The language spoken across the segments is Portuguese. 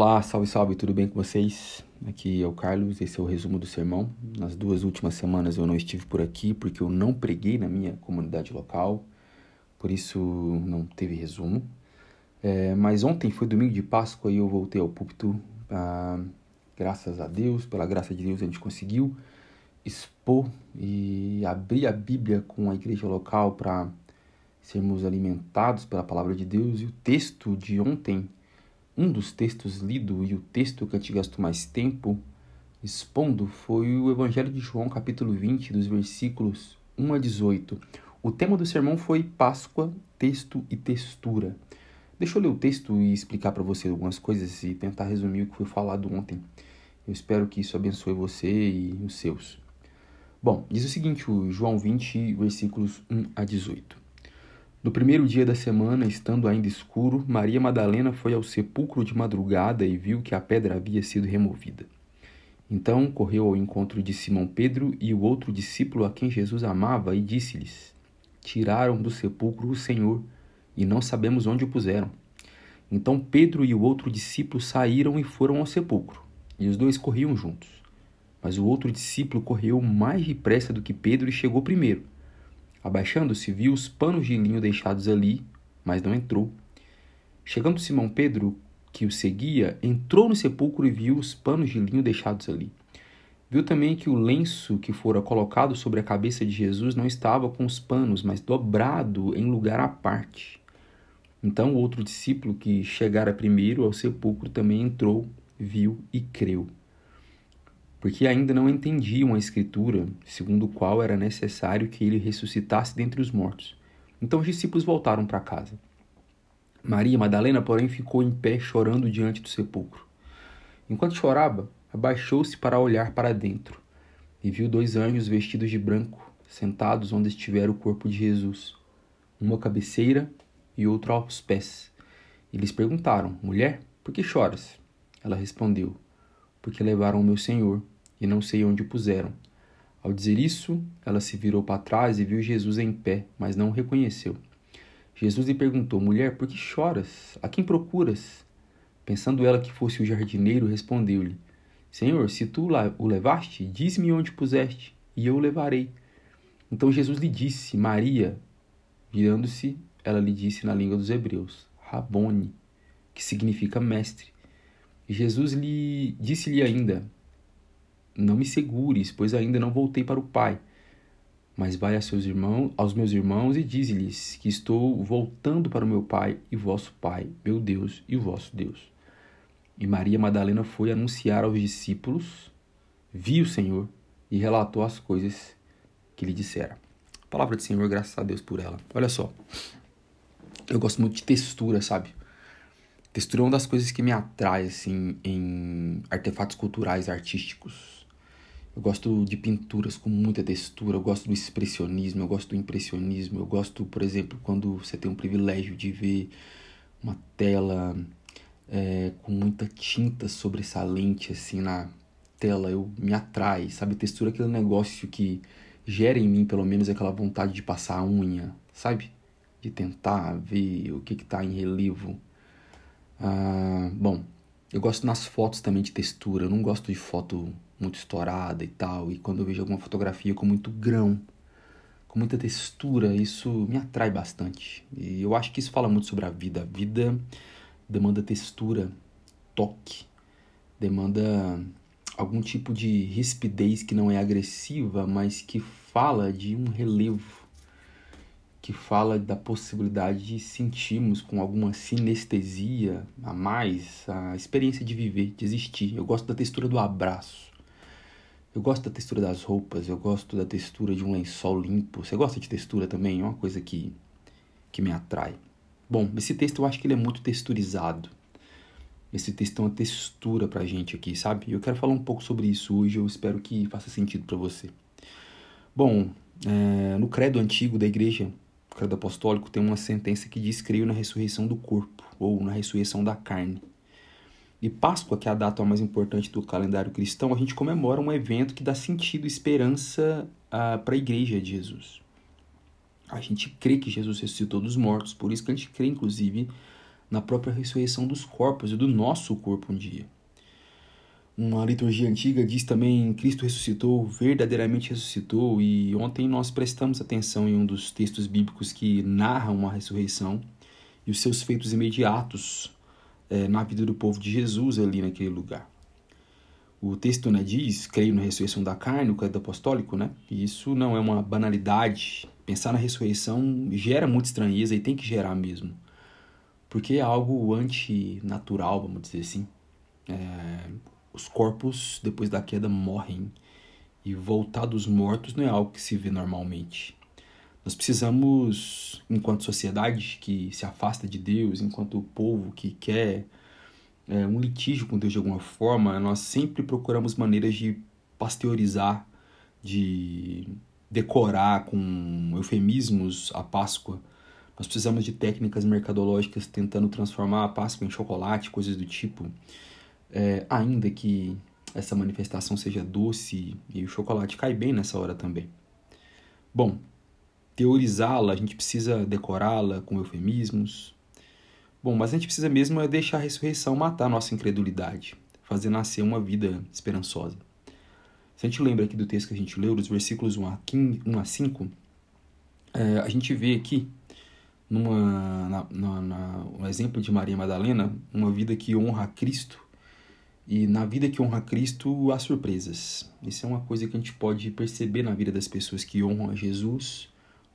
Olá, salve, salve, tudo bem com vocês? Aqui é o Carlos, esse é o resumo do sermão. Nas 2 últimas semanas eu não estive por aqui porque eu não preguei na minha comunidade local, por isso não teve resumo. Mas ontem foi domingo de Páscoa e eu voltei ao púlpito. Graças a Deus, pela graça de Deus a gente conseguiu expor e abrir a Bíblia com a igreja local para sermos alimentados pela palavra de Deus. E o texto de ontem, um dos textos lido e o texto que eu te gasto mais tempo expondo foi o Evangelho de João, capítulo 20, dos versículos 1 a 18. O tema do sermão foi Páscoa, texto e textura. Deixa eu ler o texto e explicar para você algumas coisas e tentar resumir o que foi falado ontem. Eu espero que isso abençoe você e os seus. Bom, diz o seguinte, o João 20, versículos 1 a 18. No primeiro dia da semana, estando ainda escuro, Maria Madalena foi ao sepulcro de madrugada e viu que a pedra havia sido removida. Então correu ao encontro de Simão Pedro e o outro discípulo a quem Jesus amava e disse-lhes: Tiraram do sepulcro o Senhor e não sabemos onde o puseram. Então Pedro e o outro discípulo saíram e foram ao sepulcro, e os dois corriam juntos. Mas o outro discípulo correu mais depressa do que Pedro e chegou primeiro. Abaixando-se, viu os panos de linho deixados ali, mas não entrou. Chegando Simão Pedro, que o seguia, entrou no sepulcro e viu os panos de linho deixados ali. Viu também que o lenço que fora colocado sobre a cabeça de Jesus não estava com os panos, mas dobrado em lugar à parte. Então o outro discípulo, que chegara primeiro ao sepulcro, também entrou, viu e creu. Porque ainda não entendiam a Escritura, segundo o qual era necessário que ele ressuscitasse dentre os mortos. Então os discípulos voltaram para casa. Maria Madalena, porém, ficou em pé chorando diante do sepulcro. Enquanto chorava, abaixou-se para olhar para dentro e viu 2 anjos vestidos de branco, sentados onde estivera o corpo de Jesus, uma à cabeceira e outro aos pés. E lhes perguntaram: Mulher, por que choras? Ela respondeu: Porque levaram o meu Senhor e não sei onde o puseram. Ao dizer isso, ela se virou para trás e viu Jesus em pé, mas não o reconheceu. Jesus lhe perguntou: Mulher, por que choras? A quem procuras? Pensando ela que fosse o jardineiro, respondeu-lhe: Senhor, se tu o levaste, diz-me onde o puseste, e eu o levarei. Então Jesus lhe disse: Maria. Virando-se, ela lhe disse na língua dos hebreus: Rabone, que significa mestre. E Jesus disse-lhe ainda: Não me segures, pois ainda não voltei para o Pai. Mas vai aos meus irmãos e dize-lhes que estou voltando para o meu Pai e vosso Pai, meu Deus e o vosso Deus. E Maria Madalena foi anunciar aos discípulos, viu o Senhor e relatou as coisas que lhe dissera. Palavra do Senhor, graças a Deus por ela. Olha só, eu gosto muito de textura, sabe? Textura é uma das coisas que me atrai, assim, em artefatos culturais, artísticos. Eu gosto de pinturas com muita textura, eu gosto do expressionismo, eu gosto do impressionismo, eu gosto, por exemplo, quando você tem o privilégio de ver uma tela com muita tinta sobressalente, assim, na tela, me atrai, sabe? Textura é aquele negócio que gera em mim, pelo menos, aquela vontade de passar a unha, sabe? De tentar ver o que está em relevo. Bom, eu gosto nas fotos também de textura, eu não gosto de foto muito estourada e tal, e quando eu vejo alguma fotografia com muito grão, com muita textura, isso me atrai bastante. E eu acho que isso fala muito sobre a vida. A vida demanda textura, toque, demanda algum tipo de rispidez que não é agressiva, mas que fala de um relevo, que fala da possibilidade de sentirmos com alguma sinestesia a mais a experiência de viver, de existir. Eu gosto da textura do abraço, eu gosto da textura das roupas, eu gosto da textura de um lençol limpo. Você gosta de textura também? É uma coisa que me atrai. Bom, esse texto eu acho que ele é muito texturizado. Esse texto é uma textura pra gente aqui, sabe? Eu quero falar um pouco sobre isso hoje, eu espero que faça sentido pra você. Bom, no credo antigo da igreja, o credo apostólico, tem uma sentença que diz: creio na ressurreição do corpo, ou na ressurreição da carne. E Páscoa, que é a data mais importante do calendário cristão, a gente comemora um evento que dá sentido e esperança para a igreja de Jesus. A gente crê que Jesus ressuscitou dos mortos, por isso que a gente crê, inclusive, na própria ressurreição dos corpos e do nosso corpo um dia. Uma liturgia antiga diz também: Cristo ressuscitou, verdadeiramente ressuscitou, e ontem nós prestamos atenção em um dos textos bíblicos que narram a ressurreição e os seus feitos imediatos na vida do povo de Jesus ali naquele lugar. O texto diz: creio na ressurreição da carne, o credo apostólico, e isso não é uma banalidade. Pensar na ressurreição gera muita estranheza e tem que gerar mesmo, porque é algo antinatural, vamos dizer assim. Os corpos, depois da queda, morrem. E voltar dos mortos não é algo que se vê normalmente. Nós precisamos, enquanto sociedade que se afasta de Deus, enquanto povo que quer um litígio com Deus de alguma forma, nós sempre procuramos maneiras de pasteurizar, de decorar com eufemismos a Páscoa. Nós precisamos de técnicas mercadológicas tentando transformar a Páscoa em chocolate, coisas do tipo. Ainda que essa manifestação seja doce e o chocolate cai bem nessa hora também. Bom, teorizá-la, a gente precisa decorá-la com eufemismos. Bom, mas a gente precisa mesmo deixar a ressurreição matar a nossa incredulidade, fazer nascer uma vida esperançosa. Se a gente lembra aqui do texto que a gente leu, dos versículos 1 a 5, a gente vê aqui, no exemplo de Maria Madalena, uma vida que honra a Cristo. E na vida que honra a Cristo, há surpresas. Isso é uma coisa que a gente pode perceber na vida das pessoas que honram a Jesus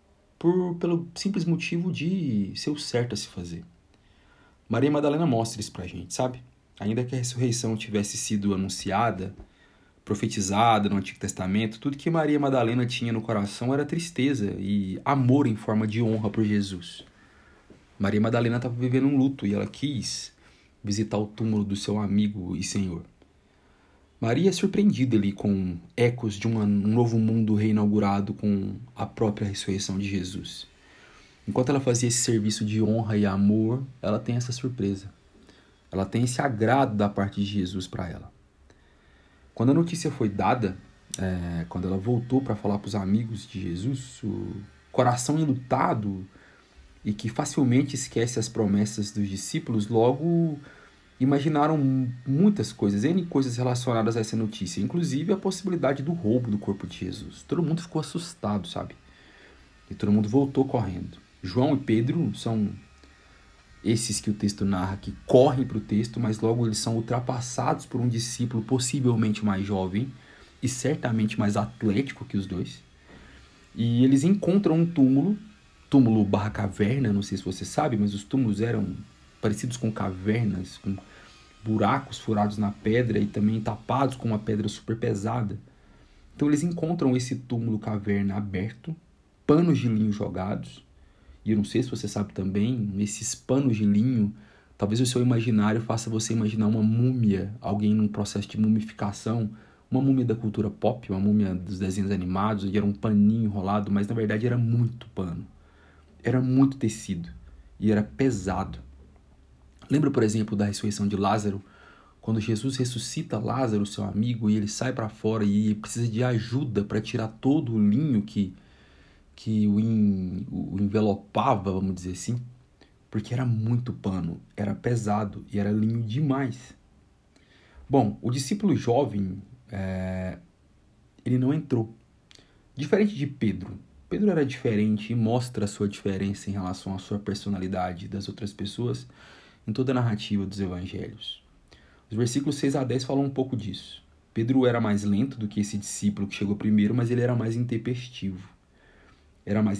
pelo simples motivo de ser o certo a se fazer. Maria Madalena mostra isso pra gente, sabe? Ainda que a ressurreição tivesse sido anunciada, profetizada no Antigo Testamento, tudo que Maria Madalena tinha no coração era tristeza e amor em forma de honra por Jesus. Maria Madalena estava vivendo um luto e ela quis visitar o túmulo do seu amigo e Senhor. Maria é surpreendida ali com ecos de um novo mundo reinaugurado com a própria ressurreição de Jesus. Enquanto ela fazia esse serviço de honra e amor, ela tem essa surpresa. Ela tem esse agrado da parte de Jesus para ela. Quando a notícia foi dada, quando ela voltou para falar para os amigos de Jesus, o coração enlutado e que facilmente esquece as promessas dos discípulos, logo imaginaram muitas coisas, N coisas relacionadas a essa notícia, inclusive a possibilidade do roubo do corpo de Jesus. Todo mundo ficou assustado, sabe? E todo mundo voltou correndo. João e Pedro são esses que o texto narra, que correm para o texto, mas logo eles são ultrapassados por um discípulo possivelmente mais jovem e certamente mais atlético que os dois. E eles encontram um túmulo barra caverna, não sei se você sabe, mas os túmulos eram parecidos com cavernas, com buracos furados na pedra e também tapados com uma pedra super pesada. Então eles encontram esse túmulo caverna aberto, panos de linho jogados, e eu não sei se você sabe também, esses panos de linho, talvez o seu imaginário faça você imaginar uma múmia, alguém num processo de mumificação, uma múmia da cultura pop, uma múmia dos desenhos animados, onde era um paninho enrolado, mas na verdade era muito pano. Era muito tecido e era pesado. Lembra, por exemplo, da ressurreição de Lázaro? Quando Jesus ressuscita Lázaro, seu amigo, e ele sai para fora e precisa de ajuda para tirar todo o linho que o envelopava, vamos dizer assim, porque era muito pano, era pesado e era linho demais. Bom, o discípulo jovem, ele não entrou. Diferente de Pedro. Pedro era diferente e mostra a sua diferença em relação à sua personalidade das outras pessoas em toda a narrativa dos evangelhos. Os versículos 6 a 10 falam um pouco disso. Pedro era mais lento do que esse discípulo que chegou primeiro, mas ele era mais intempestivo. Era mais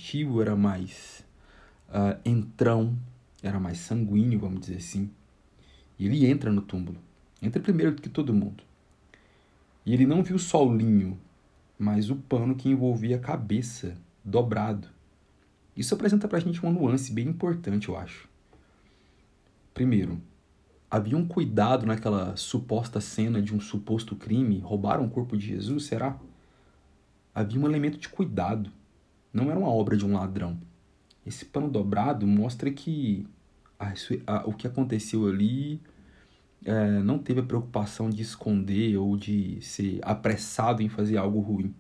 entrão, era mais sanguíneo, vamos dizer assim. E ele entra no túmulo. Entra primeiro do que todo mundo. E ele não viu só o linho, mas o pano que envolvia a cabeça, dobrado. Isso apresenta pra gente uma nuance bem importante, eu acho. Primeiro, havia um cuidado naquela suposta cena de um suposto crime. Roubaram o corpo de Jesus, será? Havia um elemento de cuidado. Não era uma obra de um ladrão. Esse pano dobrado mostra que o que aconteceu ali não teve a preocupação de esconder ou de ser apressado em fazer algo ruim.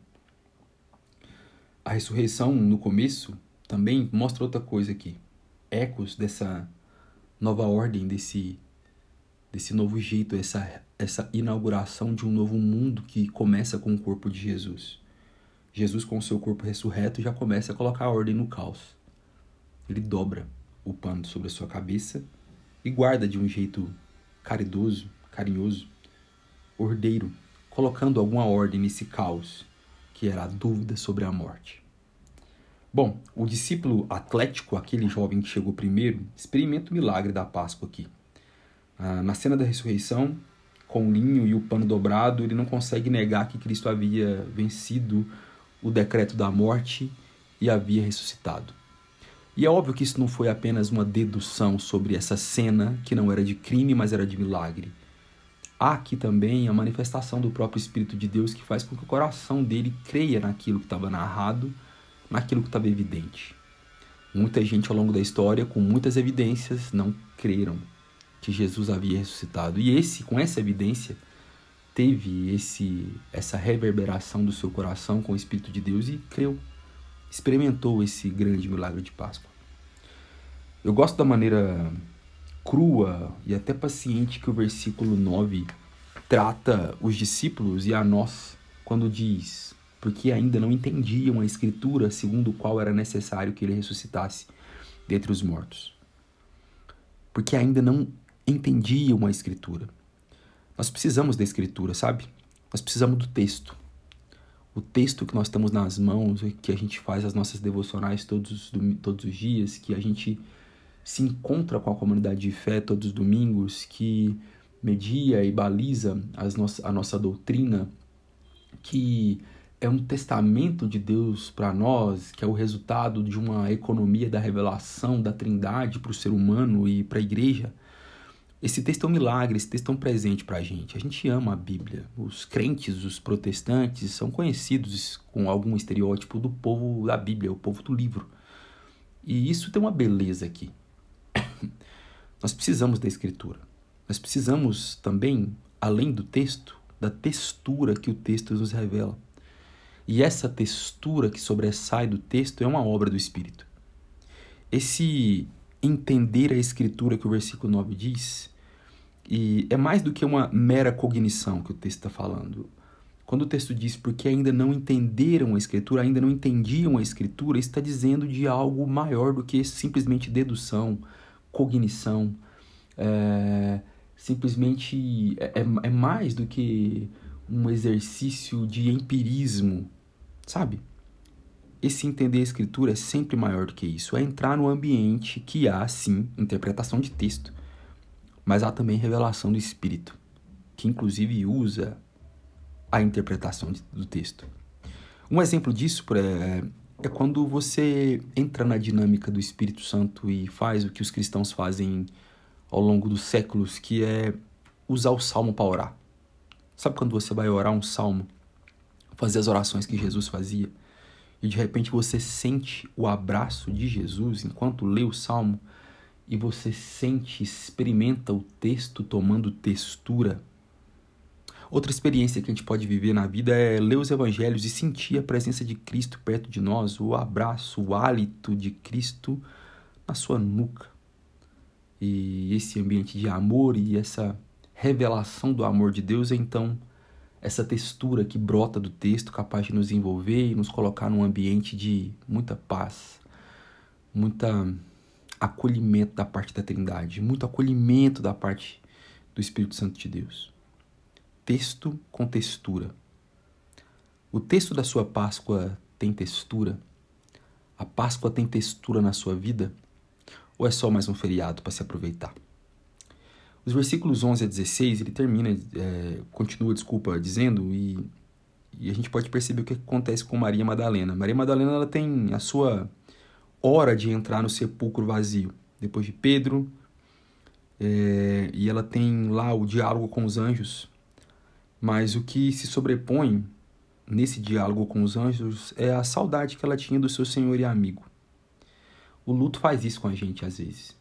A ressurreição, no começo, também mostra outra coisa aqui. Ecos dessa nova ordem, desse novo jeito, essa inauguração de um novo mundo que começa com o corpo de Jesus. Jesus, com o seu corpo ressurreto, já começa a colocar ordem no caos. Ele dobra o pano sobre a sua cabeça e guarda de um jeito caridoso, carinhoso, ordeiro, colocando alguma ordem nesse caos, que era a dúvida sobre a morte. Bom, o discípulo atlético, aquele jovem que chegou primeiro, experimenta o milagre da Páscoa aqui. Na cena da ressurreição, com o linho e o pano dobrado, ele não consegue negar que Cristo havia vencido o decreto da morte e havia ressuscitado. E é óbvio que isso não foi apenas uma dedução sobre essa cena, que não era de crime, mas era de milagre. Há aqui também a manifestação do próprio Espírito de Deus que faz com que o coração dele creia naquilo que estava narrado, naquilo que estava evidente. Muita gente ao longo da história, com muitas evidências, não creram que Jesus havia ressuscitado. E com essa evidência, teve essa reverberação do seu coração com o Espírito de Deus e creu, experimentou esse grande milagre de Páscoa. Eu gosto da maneira crua e até paciente que o versículo 9 trata os discípulos e a nós, quando diz: porque ainda não entendiam a Escritura segundo o qual era necessário que ele ressuscitasse dentre os mortos. Porque ainda não entendiam a Escritura. Nós precisamos da Escritura, sabe? Nós precisamos do texto. O texto que nós temos nas mãos, que a gente faz as nossas devocionais todos os dias, que a gente se encontra com a comunidade de fé todos os domingos, que media e baliza a nossa doutrina, que é um testamento de Deus para nós, que é o resultado de uma economia da revelação da Trindade para o ser humano e para a igreja. Esse texto é um milagre, esse texto é um presente para a gente. A gente ama a Bíblia. Os crentes, os protestantes, são conhecidos com algum estereótipo do povo da Bíblia, o povo do livro. E isso tem uma beleza aqui. Nós precisamos da Escritura. Nós precisamos também, além do texto, da textura que o texto nos revela. E essa textura que sobressai do texto é uma obra do Espírito. Esse entender a Escritura que o versículo 9 diz, e é mais do que uma mera cognição que o texto está falando. Quando o texto diz porque ainda não entenderam a Escritura, ainda não entendiam a Escritura, está dizendo de algo maior do que simplesmente dedução, cognição, simplesmente é mais do que um exercício de empirismo, sabe? Esse entender a Escritura é sempre maior do que isso. É entrar no ambiente que há, sim, interpretação de texto, mas há também revelação do Espírito, que inclusive usa a interpretação do texto. Um exemplo disso é quando você entra na dinâmica do Espírito Santo e faz o que os cristãos fazem ao longo dos séculos, que é usar o salmo para orar. Sabe quando você vai orar um salmo, fazer as orações que Jesus fazia, e de repente você sente o abraço de Jesus enquanto lê o salmo, e você experimenta o texto tomando textura. Outra experiência que a gente pode viver na vida é ler os evangelhos e sentir a presença de Cristo perto de nós, o abraço, o hálito de Cristo na sua nuca. E esse ambiente de amor e essa revelação do amor de Deus é então essa textura que brota do texto, capaz de nos envolver e nos colocar num ambiente de muita paz, muita acolhimento da parte da Trindade, muito acolhimento da parte do Espírito Santo de Deus. Texto com textura. O texto da sua Páscoa tem textura? A Páscoa tem textura na sua vida? Ou é só mais um feriado para se aproveitar? Os versículos 11 a 16, ele continua dizendo, e a gente pode perceber o que acontece com Maria Madalena. Maria Madalena, ela tem a sua hora de entrar no sepulcro vazio, depois de Pedro, e ela tem lá o diálogo com os anjos, mas o que se sobrepõe nesse diálogo com os anjos é a saudade que ela tinha do seu Senhor e amigo. O luto faz isso com a gente às vezes.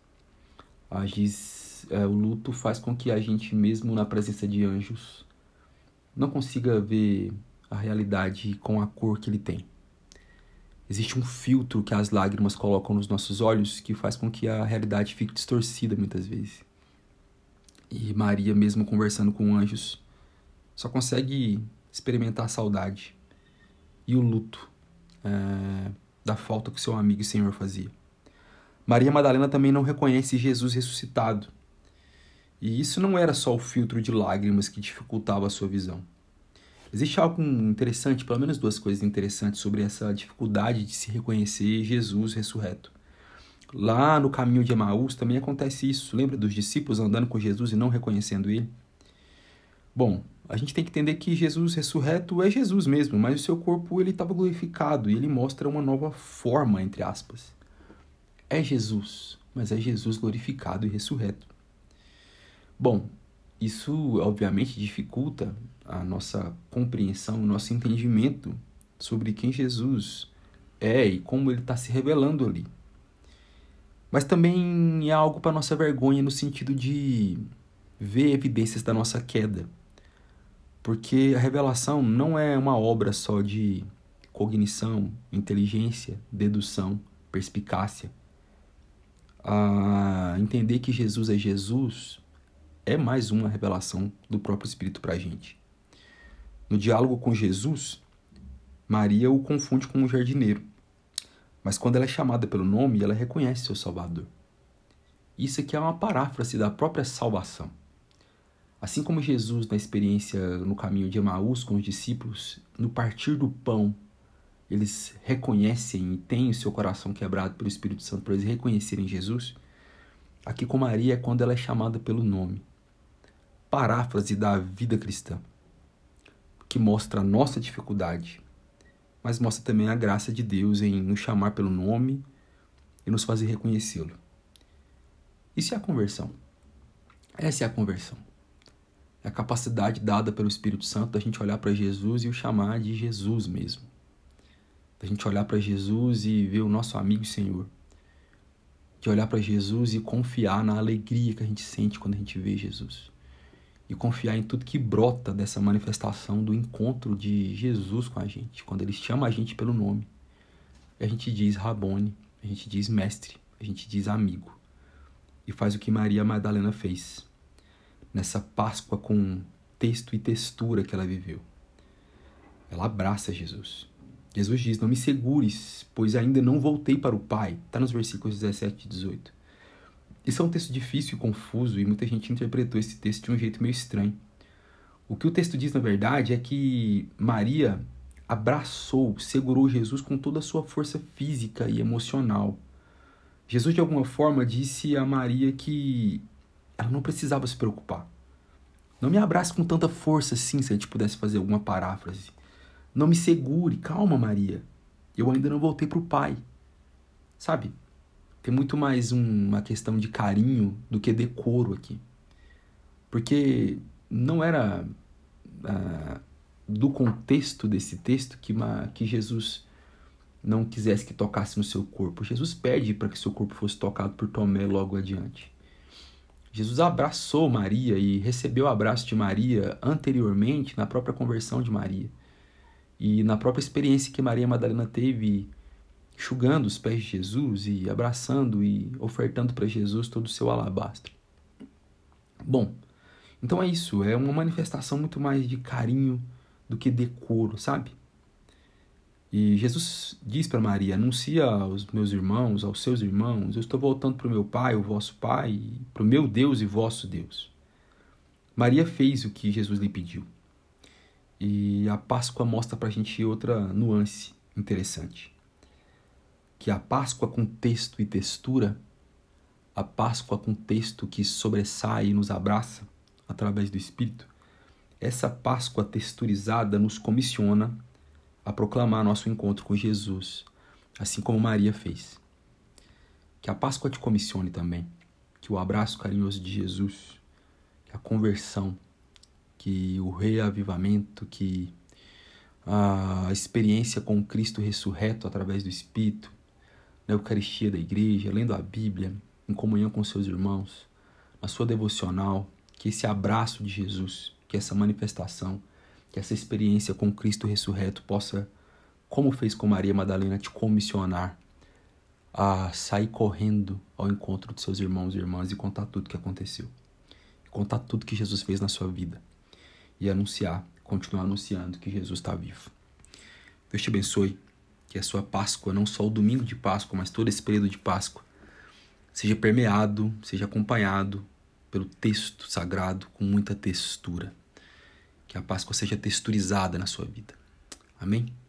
O luto faz com que a gente, mesmo na presença de anjos, não consiga ver a realidade com a cor que ele tem. Existe um filtro que as lágrimas colocam nos nossos olhos que faz com que a realidade fique distorcida muitas vezes. E Maria, mesmo conversando com anjos, só consegue experimentar a saudade e o luto da falta que seu amigo e Senhor fazia. Maria Madalena também não reconhece Jesus ressuscitado. E isso não era só o filtro de lágrimas que dificultava a sua visão. Existe algo interessante, pelo menos duas coisas interessantes sobre essa dificuldade de se reconhecer Jesus ressurreto. Lá no caminho de Emaús também acontece isso. Lembra dos discípulos andando com Jesus e não reconhecendo ele? Bom, a gente tem que entender que Jesus ressurreto é Jesus mesmo, mas o seu corpo ele estava glorificado e ele mostra uma nova forma, entre aspas. É Jesus, mas é Jesus glorificado e ressurreto. Bom, isso obviamente dificulta a nossa compreensão, o nosso entendimento sobre quem Jesus é e como ele está se revelando ali. Mas também é algo para nossa vergonha no sentido de ver evidências da nossa queda. Porque a revelação não é uma obra só de cognição, inteligência, dedução, perspicácia. Entender que Jesus é Jesus é mais uma revelação do próprio Espírito para a gente. No diálogo com Jesus, Maria o confunde com um jardineiro. Mas quando ela é chamada pelo nome, ela reconhece seu Salvador. Isso aqui é uma paráfrase da própria salvação. Assim como Jesus, na experiência no caminho de Emaús com os discípulos, no partir do pão, eles reconhecem e têm o seu coração quebrado pelo Espírito Santo para eles reconhecerem Jesus, aqui com Maria é quando ela é chamada pelo nome. Paráfrase da vida cristã, que mostra a nossa dificuldade, mas mostra também a graça de Deus em nos chamar pelo nome e nos fazer reconhecê-lo. Isso é a conversão. Essa é a conversão. É a capacidade dada pelo Espírito Santo da gente olhar para Jesus e o chamar de Jesus mesmo. Da gente olhar para Jesus e ver o nosso amigo e Senhor. De olhar para Jesus e confiar na alegria que a gente sente quando a gente vê Jesus. E confiar em tudo que brota dessa manifestação do encontro de Jesus com a gente. Quando ele chama a gente pelo nome. E a gente diz Rabone, a gente diz mestre, a gente diz amigo. E faz o que Maria Madalena fez. Nessa Páscoa com texto e textura que ela viveu. Ela abraça Jesus. Jesus diz, não me segures, pois ainda não voltei para o Pai. Está nos versículos 17 e 18. Isso é um texto difícil e confuso e muita gente interpretou esse texto de um jeito meio estranho. O que o texto diz, na verdade, é que Maria abraçou, segurou Jesus com toda a sua força física e emocional. Jesus, de alguma forma, disse a Maria que ela não precisava se preocupar. Não me abrace com tanta força assim, se a gente pudesse fazer alguma paráfrase. Não me segure, calma, Maria. Eu ainda não voltei para o Pai. Sabe? Tem muito mais uma questão de carinho do que decoro aqui. Porque não era do contexto desse texto que Jesus não quisesse que tocasse no seu corpo. Jesus pede para que seu corpo fosse tocado por Tomé logo adiante. Jesus abraçou Maria e recebeu o abraço de Maria anteriormente na própria conversão de Maria. E na própria experiência que Maria Madalena teve enxugando os pés de Jesus e abraçando e ofertando para Jesus todo o seu alabastro. Bom, então é isso, é uma manifestação muito mais de carinho do que decoro, sabe? E Jesus diz para Maria, anuncia aos meus irmãos, aos seus irmãos, eu estou voltando para o meu Pai, o vosso Pai, para o meu Deus e vosso Deus. Maria fez o que Jesus lhe pediu. E a Páscoa mostra para a gente outra nuance interessante. Que a Páscoa com texto e textura, a Páscoa com texto que sobressai e nos abraça através do Espírito, essa Páscoa texturizada nos comissiona a proclamar nosso encontro com Jesus, assim como Maria fez. Que a Páscoa te comissione também, que o abraço carinhoso de Jesus, que a conversão, que o reavivamento, que a experiência com Cristo ressurreto através do Espírito, na Eucaristia da igreja, lendo a Bíblia, em comunhão com seus irmãos, na sua devocional, que esse abraço de Jesus, que essa manifestação, que essa experiência com Cristo ressurreto possa como fez com Maria Madalena, te comissionar a sair correndo ao encontro de seus irmãos e irmãs e contar tudo o que aconteceu. Contar tudo que Jesus fez na sua vida. E anunciar, continuar anunciando que Jesus está vivo. Deus te abençoe. Que a sua Páscoa, não só o domingo de Páscoa, mas todo esse período de Páscoa, seja permeado, seja acompanhado pelo texto sagrado com muita textura. Que a Páscoa seja texturizada na sua vida. Amém?